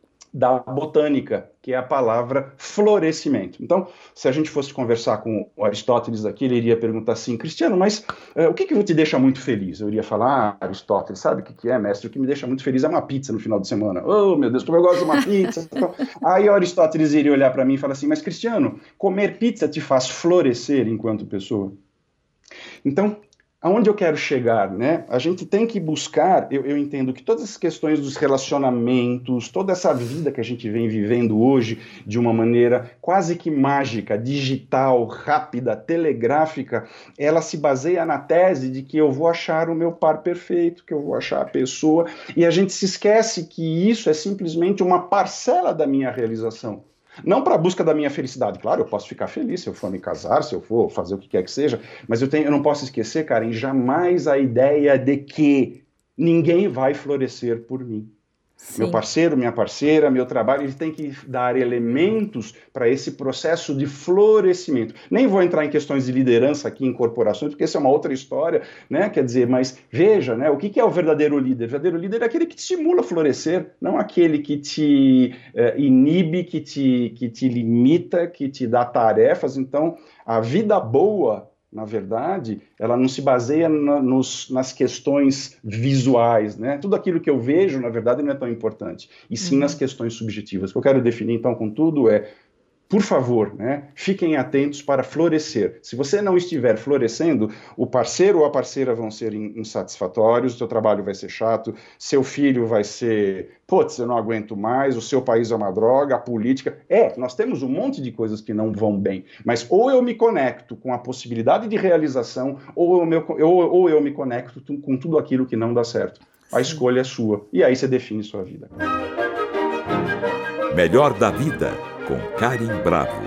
da botânica, que é a palavra florescimento. Então, se a gente fosse conversar com o Aristóteles aqui, ele iria perguntar assim, Cristiano, mas uh, o que, que te deixa muito feliz? Eu iria falar, ah, Aristóteles, sabe o que, que é, mestre? O que me deixa muito feliz é uma pizza no final de semana. Oh, meu Deus, como eu gosto de uma pizza. Então, aí o Aristóteles iria olhar para mim e falar assim, mas Cristiano, comer pizza te faz florescer enquanto pessoa? Então, aonde eu quero chegar, né? A gente tem que buscar, eu, eu entendo que todas as questões dos relacionamentos, toda essa vida que a gente vem vivendo hoje de uma maneira quase que mágica, digital, rápida, telegráfica, ela se baseia na tese de que eu vou achar o meu par perfeito, que eu vou achar a pessoa, e a gente se esquece que isso é simplesmente uma parcela da minha realização. Não para a busca da minha felicidade. Claro, eu posso ficar feliz se eu for me casar, se eu for fazer o que quer que seja, mas eu, tenho, eu não posso esquecer, Karen, jamais a ideia de que ninguém vai florescer por mim. Sim. Meu parceiro, minha parceira, meu trabalho, ele tem que dar elementos para esse processo de florescimento. Nem vou entrar em questões de liderança aqui em corporações, porque essa é uma outra história, né? Quer dizer, mas veja, né? O que é o verdadeiro líder? O verdadeiro líder é aquele que te estimula a florescer, não aquele que te eh, inibe, que te, que te limita, que te dá tarefas. Então, a vida boa, na verdade, ela não se baseia na, nos, nas questões visuais, né? Tudo aquilo que eu vejo, na verdade, não é tão importante, e sim uhum. nas questões subjetivas. O que eu quero definir, então, com tudo é, por favor, né, fiquem atentos para florescer. Se você não estiver florescendo, o parceiro ou a parceira vão ser insatisfatórios, o seu trabalho vai ser chato, seu filho vai ser, putz, eu não aguento mais, o seu país é uma droga, a política... É, nós temos um monte de coisas que não vão bem, mas ou eu me conecto com a possibilidade de realização, ou eu me, ou, ou eu me conecto com tudo aquilo que não dá certo. A Sim. escolha é sua, e aí você define sua vida. Melhor da Vida, com Karen Bravo.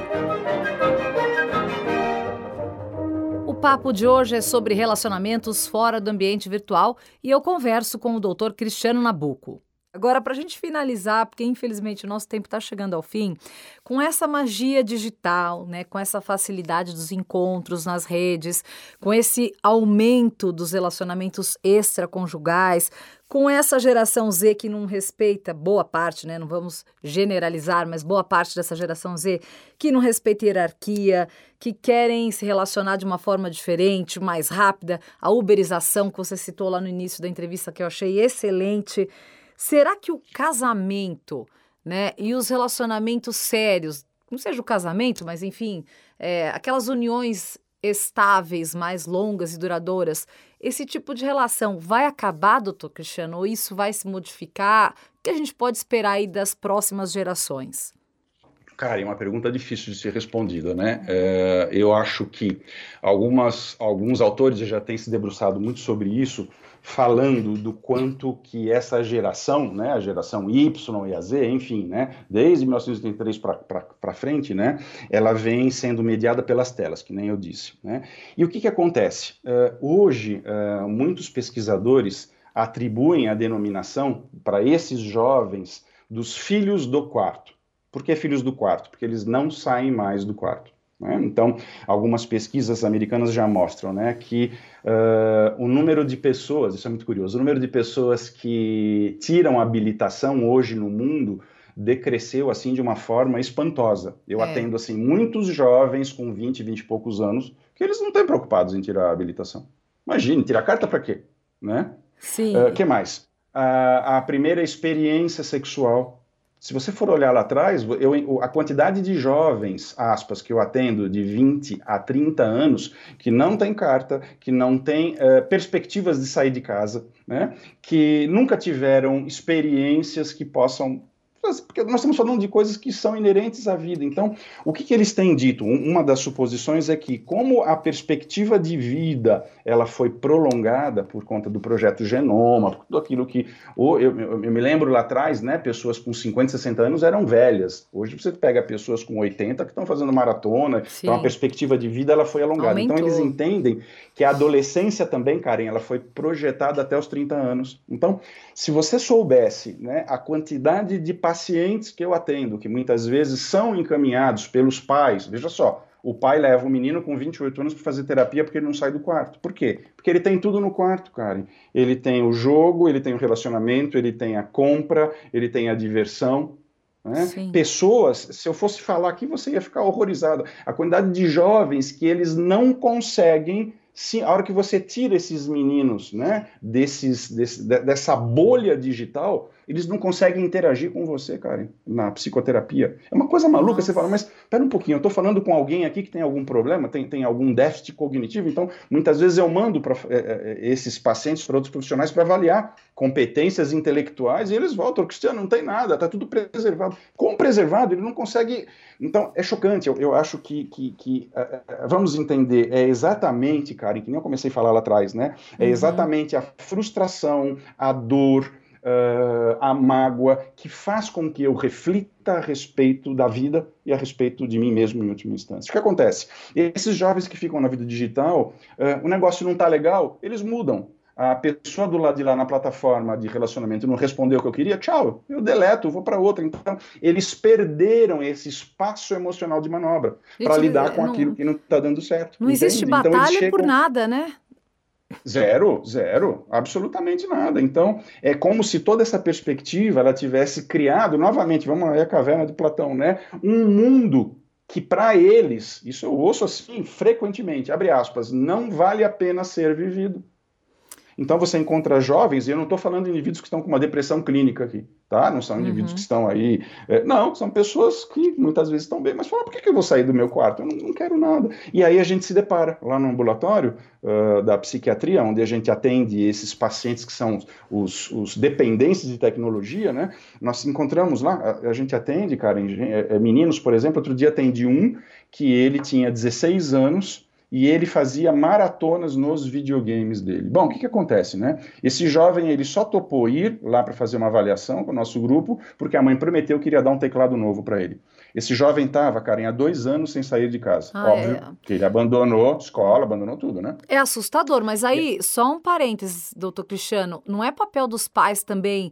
O papo de hoje é sobre relacionamentos fora do ambiente virtual e eu converso com o doutor Cristiano Nabuco. Agora, para a gente finalizar, porque infelizmente o nosso tempo está chegando ao fim, com essa magia digital, né, com essa facilidade dos encontros nas redes, com esse aumento dos relacionamentos extraconjugais, com essa geração Z que não respeita, boa parte, né, não vamos generalizar, mas boa parte dessa geração Z que não respeita hierarquia, que querem se relacionar de uma forma diferente, mais rápida, a uberização que você citou lá no início da entrevista que eu achei excelente. Será que o casamento, né, e os relacionamentos sérios, não seja o casamento, mas enfim, é, aquelas uniões estáveis, mais longas e duradouras, esse tipo de relação vai acabar, doutor Cristiano, ou isso vai se modificar? O que a gente pode esperar aí das próximas gerações? Cara, é uma pergunta difícil de ser respondida, né? É, eu acho que algumas, alguns autores já têm se debruçado muito sobre isso, falando do quanto que essa geração, né, a geração Y e a Z, enfim, né, desde mil novecentos e oitenta e três para frente, né, ela vem sendo mediada pelas telas, que nem eu disse, né? E o que que acontece? Uh, hoje, uh, muitos pesquisadores atribuem a denominação para esses jovens dos filhos do quarto. Por que filhos do quarto? Porque eles não saem mais do quarto. Né? Então, algumas pesquisas americanas já mostram, né, que uh, o número de pessoas, isso é muito curioso, o número de pessoas que tiram habilitação hoje no mundo decresceu assim de uma forma espantosa. Eu é. atendo assim muitos jovens com vinte, vinte e poucos anos que eles não estão preocupados em tirar a habilitação. Imagine, tirar carta para quê? Né? Sim. O uh, que mais? Uh, a primeira experiência sexual. Se você for olhar lá atrás, eu, a quantidade de jovens, aspas, que eu atendo de vinte a trinta anos, que não tem carta, que não tem uh, perspectivas de sair de casa, né, que nunca tiveram experiências que possam porque nós estamos falando de coisas que são inerentes à vida. Então, o que, que eles têm dito? Uma das suposições é que, como a perspectiva de vida ela foi prolongada por conta do projeto Genoma, por tudo aquilo que... Eu, eu, eu me lembro lá atrás, né, pessoas com cinquenta, sessenta anos eram velhas. Hoje você pega pessoas com oitenta que estão fazendo maratona, Sim. Então a perspectiva de vida ela foi alongada. Aumentou. Então eles entendem que a adolescência também, Karen, ela foi projetada até os trinta anos. Então, se você soubesse, né, a quantidade de pacientes que eu atendo, que muitas vezes são encaminhados pelos pais, veja só, o pai leva o menino com vinte e oito anos para fazer terapia porque ele não sai do quarto. Por quê? Porque ele tem tudo no quarto, Karen. Ele tem o jogo, ele tem o relacionamento, ele tem a compra, ele tem a diversão. Né? Pessoas, se eu fosse falar aqui, você ia ficar horrorizado. A quantidade de jovens que eles não conseguem, sim, a hora que você tira esses meninos, né, desses, desse, dessa bolha digital, eles não conseguem interagir com você, Karen, na psicoterapia. É uma coisa maluca. Nossa. Você fala, mas espera um pouquinho, eu estou falando com alguém aqui que tem algum problema, tem, tem algum déficit cognitivo, então muitas vezes eu mando para é, esses pacientes para outros profissionais para avaliar competências intelectuais e eles voltam, Cristiano, não tem nada, está tudo preservado. Como preservado, ele não consegue... Então, é chocante, eu, eu acho que, que, que uh, vamos entender, é exatamente, Karen, que nem eu comecei a falar lá atrás, né? É exatamente a frustração, a dor, Uh, a mágoa, que faz com que eu reflita a respeito da vida e a respeito de mim mesmo em última instância. O que acontece? Esses jovens que ficam na vida digital, uh, o negócio não está legal, eles mudam. A pessoa do lado de lá na plataforma de relacionamento não respondeu o que eu queria, tchau, eu deleto, vou para outra. Então, eles perderam esse espaço emocional de manobra para lidar com não, aquilo que não está dando certo. Não entende? Existe batalha então, chegam... por nada, né? Zero, zero, absolutamente nada. Então, é como se toda essa perspectiva ela tivesse criado, novamente, vamos aí a caverna de Platão, né? Um mundo que para eles, isso eu ouço assim frequentemente, abre aspas, não vale a pena ser vivido. Então você encontra jovens, e eu não estou falando de indivíduos que estão com uma depressão clínica aqui, tá? Não são indivíduos uhum. que estão aí... É, não, são pessoas que muitas vezes estão bem, mas falam, por que, que eu vou sair do meu quarto? Eu não, não quero nada. E aí a gente se depara lá no ambulatório uh, da psiquiatria, onde a gente atende esses pacientes que são os, os dependentes de tecnologia, né? Nós encontramos lá, a, a gente atende, cara, é, é, meninos, por exemplo, outro dia atendi um que ele tinha dezesseis anos, e ele fazia maratonas nos videogames dele. Bom, o que, que acontece, né? Esse jovem, ele só topou ir lá para fazer uma avaliação com o nosso grupo, porque a mãe prometeu que iria dar um teclado novo para ele. Esse jovem estava, Karen, há dois anos sem sair de casa. Ah, Óbvio é. que ele abandonou escola, abandonou tudo, né? É assustador, mas aí, é. só um parênteses, doutor Cristiano, não é papel dos pais também...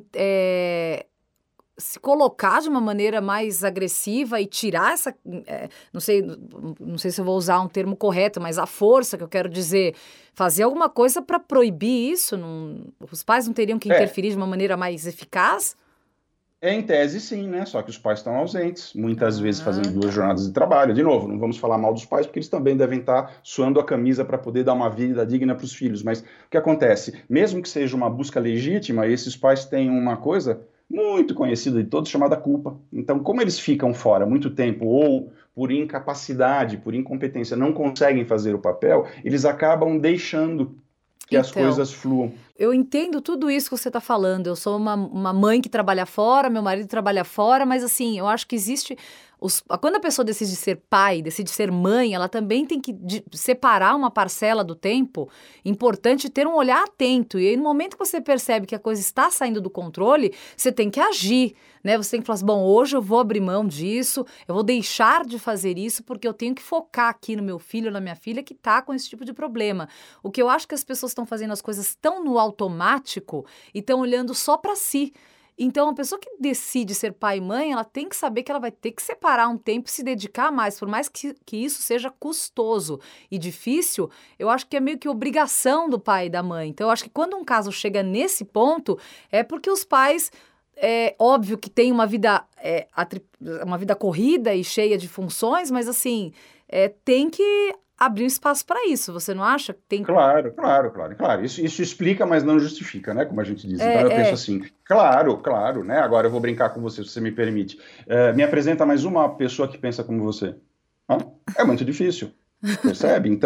É... se colocar de uma maneira mais agressiva e tirar essa, é, não sei, não sei se eu vou usar um termo correto, mas a força que eu quero dizer, fazer alguma coisa para proibir isso? Não, os pais não teriam que interferir é. de uma maneira mais eficaz? É, em tese, sim, né? Só que os pais estão ausentes, muitas ah. vezes fazendo duas jornadas de trabalho. De novo, não vamos falar mal dos pais, porque eles também devem estar suando a camisa para poder dar uma vida digna para os filhos. Mas o que acontece? Mesmo que seja uma busca legítima, esses pais têm uma coisa... muito conhecida de todos, chamada culpa. Então, como eles ficam fora muito tempo, ou por incapacidade, por incompetência, não conseguem fazer o papel, eles acabam deixando que então, as coisas fluam. Eu entendo tudo isso que você está falando. Eu sou uma, uma mãe que trabalha fora, meu marido trabalha fora, mas assim, eu acho que existe... Os, quando a pessoa decide ser pai, decide ser mãe, ela também tem que de, separar uma parcela do tempo importante, ter um olhar atento. E aí, no momento que você percebe que a coisa está saindo do controle, você tem que agir, né? Você tem que falar assim, bom, hoje eu vou abrir mão disso, eu vou deixar de fazer isso porque eu tenho que focar aqui no meu filho ou na minha filha que está com esse tipo de problema. O que eu acho que as pessoas estão fazendo as coisas tão no automático e estão olhando só para si. Então, a pessoa que decide ser pai e mãe, ela tem que saber que ela vai ter que separar um tempo e se dedicar mais, por mais que, que isso seja custoso e difícil, eu acho que é meio que obrigação do pai e da mãe. Então, eu acho que quando um caso chega nesse ponto, é porque os pais, é óbvio que têm uma vida, é, uma vida corrida e cheia de funções, mas assim, é, tem que... abrir um espaço para isso, você não acha? Tem... Claro, claro, claro, claro. Isso, isso explica, mas não justifica, né? Como a gente diz. É, então eu é. penso assim, claro, claro, né? Agora eu vou brincar com você, se você me permite. É, me apresenta mais uma pessoa que pensa como você. Hã? É muito difícil, percebe? Então,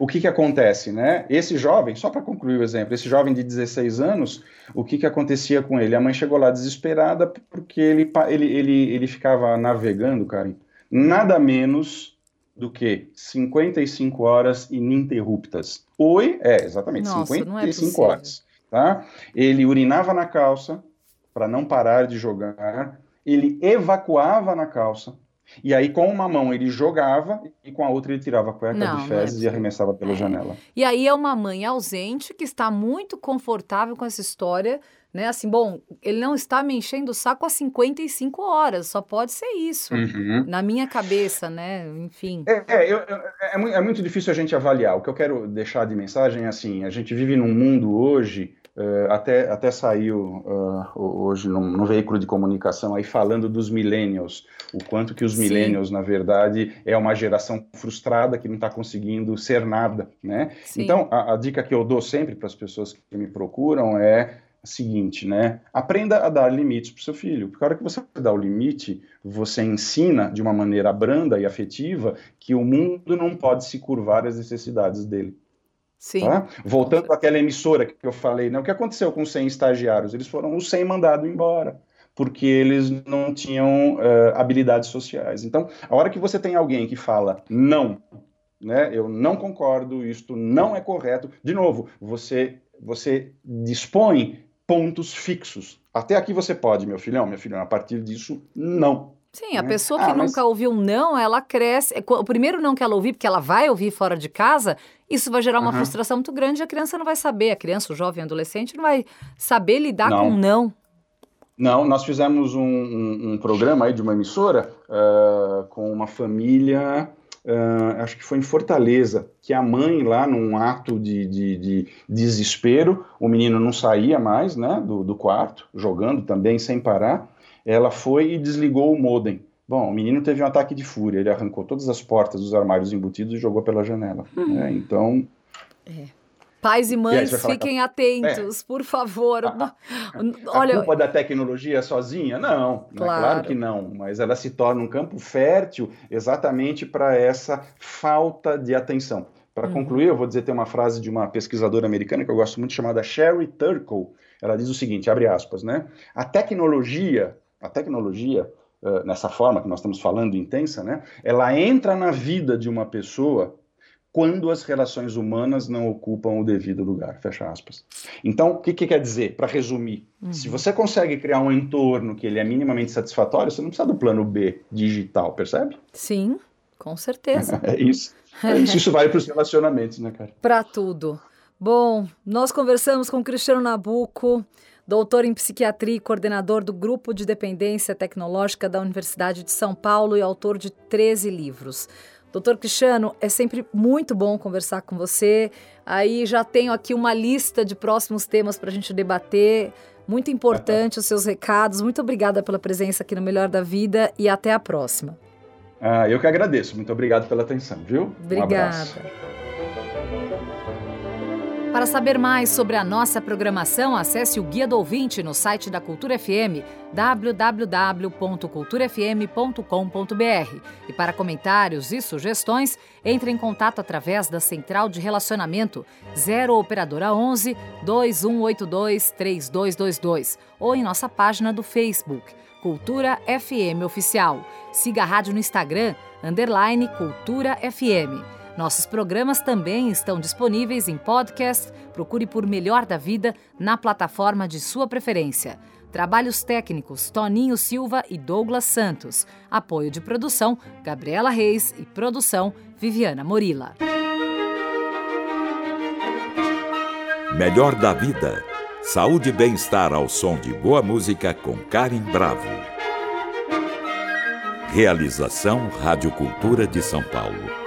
o que que acontece, né? Esse jovem, só para concluir o exemplo, esse jovem de dezesseis anos, o que que acontecia com ele? A mãe chegou lá desesperada porque ele, ele, ele, ele ficava navegando, Karen, nada menos do que cinquenta e cinco horas ininterruptas. Oi? É, exatamente, Nossa, cinquenta e cinco horas. Tá? Ele urinava na calça para não parar de jogar, ele evacuava na calça, e aí com uma mão ele jogava e com a outra ele tirava a cueca Não, de não fezes é e arremessava pela É. janela. E aí é uma mãe ausente que está muito confortável com essa história, né? Assim, bom, ele não está me enchendo o saco há cinquenta e cinco horas, só pode ser isso. Uhum. Na minha cabeça, né? Enfim. É, é, eu- eu- é mu- é muito difícil a gente avaliar. O que eu quero deixar de mensagem é assim, a gente vive num mundo hoje, eh, até, até saiu ah, hoje num, num veículo de comunicação aí falando dos millennials, o quanto que os Sim. millennials, na verdade, é uma geração frustrada que não está conseguindo ser nada, né? Sim. Então, a, a dica que eu dou sempre para as pessoas que me procuram é a seguinte, né? Aprenda a dar limites para o seu filho. Porque a hora que você dá o limite, você ensina de uma maneira branda e afetiva que o mundo não pode se curvar às necessidades dele. Sim. Tá? Voltando àquela emissora que eu falei, né? O que aconteceu com os cem estagiários? Eles foram os cem mandados embora, porque eles não tinham uh, habilidades sociais. Então, a hora que você tem alguém que fala não, né? Eu não concordo, isto não é correto, de novo, você, você dispõe pontos fixos. Até aqui você pode, meu filhão, minha filha, a partir disso, não. Sim, a né? pessoa que Ah, mas- nunca ouviu um não, ela cresce. O primeiro não que ela ouvir, porque ela vai ouvir fora de casa, isso vai gerar uma Aham. frustração muito grande e a criança não vai saber. A criança, o jovem, o adolescente não vai saber lidar Não. com um não. Não, nós fizemos um, um- um programa aí de uma emissora ah, com uma família, ah, acho que foi em Fortaleza, que a mãe lá num ato de, de- de desespero, o menino não saía mais, né, do, do quarto, jogando também sem parar, ela foi e desligou o modem. Bom, o menino teve um ataque de fúria, ele arrancou todas as portas dos armários embutidos e jogou pela janela. né? Então, Pais e E aí mães, você vai falar fiquem atentos, por favor. a Olha, culpa da tecnologia é sozinha? Não, né? Claro. Claro que não, mas ela se torna um campo fértil exatamente para essa falta de atenção. Para Uhum. concluir, eu vou dizer, tem uma frase de uma pesquisadora americana que eu gosto muito, chamada Sherry Turkle. Ela diz o seguinte, abre aspas, né? A tecnologia, a tecnologia, uh, nessa forma que nós estamos falando, intensa, né? Ela entra na vida de uma pessoa quando as relações humanas não ocupam o devido lugar, fecha aspas. Então, o que, que quer dizer? Para resumir, Uhum. se você consegue criar um entorno que ele é minimamente satisfatório, você não precisa do plano B digital, percebe? sim, com certeza. É isso. É isso, isso vale para os relacionamentos, né, cara? Para tudo. Bom, nós conversamos com Cristiano Nabuco, doutor em psiquiatria e coordenador do Grupo de Dependência Tecnológica da Universidade de São Paulo e autor de treze livros. Doutor Cristiano, é sempre muito bom conversar com você. Aí já tenho aqui uma lista de próximos temas para a gente debater. Muito importante os seus recados. Muito obrigada pela presença aqui no Melhor da Vida e até a próxima. Ah, eu que agradeço. Muito obrigado pela atenção, viu? Um abraço. Obrigada. Para saber mais sobre a nossa programação, acesse o Guia do Ouvinte no site da Cultura F M, w w w ponto cultura f m ponto com ponto b r. E para comentários e sugestões, entre em contato através da Central de Relacionamento zero Operadora onze, dois um oito dois, três dois dois dois ou em nossa página do Facebook, Cultura F M Oficial. Siga a rádio no Instagram, underline Cultura F M. Nossos programas também estão disponíveis em podcast. Procure por Melhor da Vida na plataforma de sua preferência. Trabalhos técnicos Toninho Silva e Douglas Santos. Apoio de produção Gabriela Reis e produção Viviana Morila. Melhor da Vida. Saúde e bem-estar ao som de boa música com Karen Bravo. Realização Rádio Cultura de São Paulo.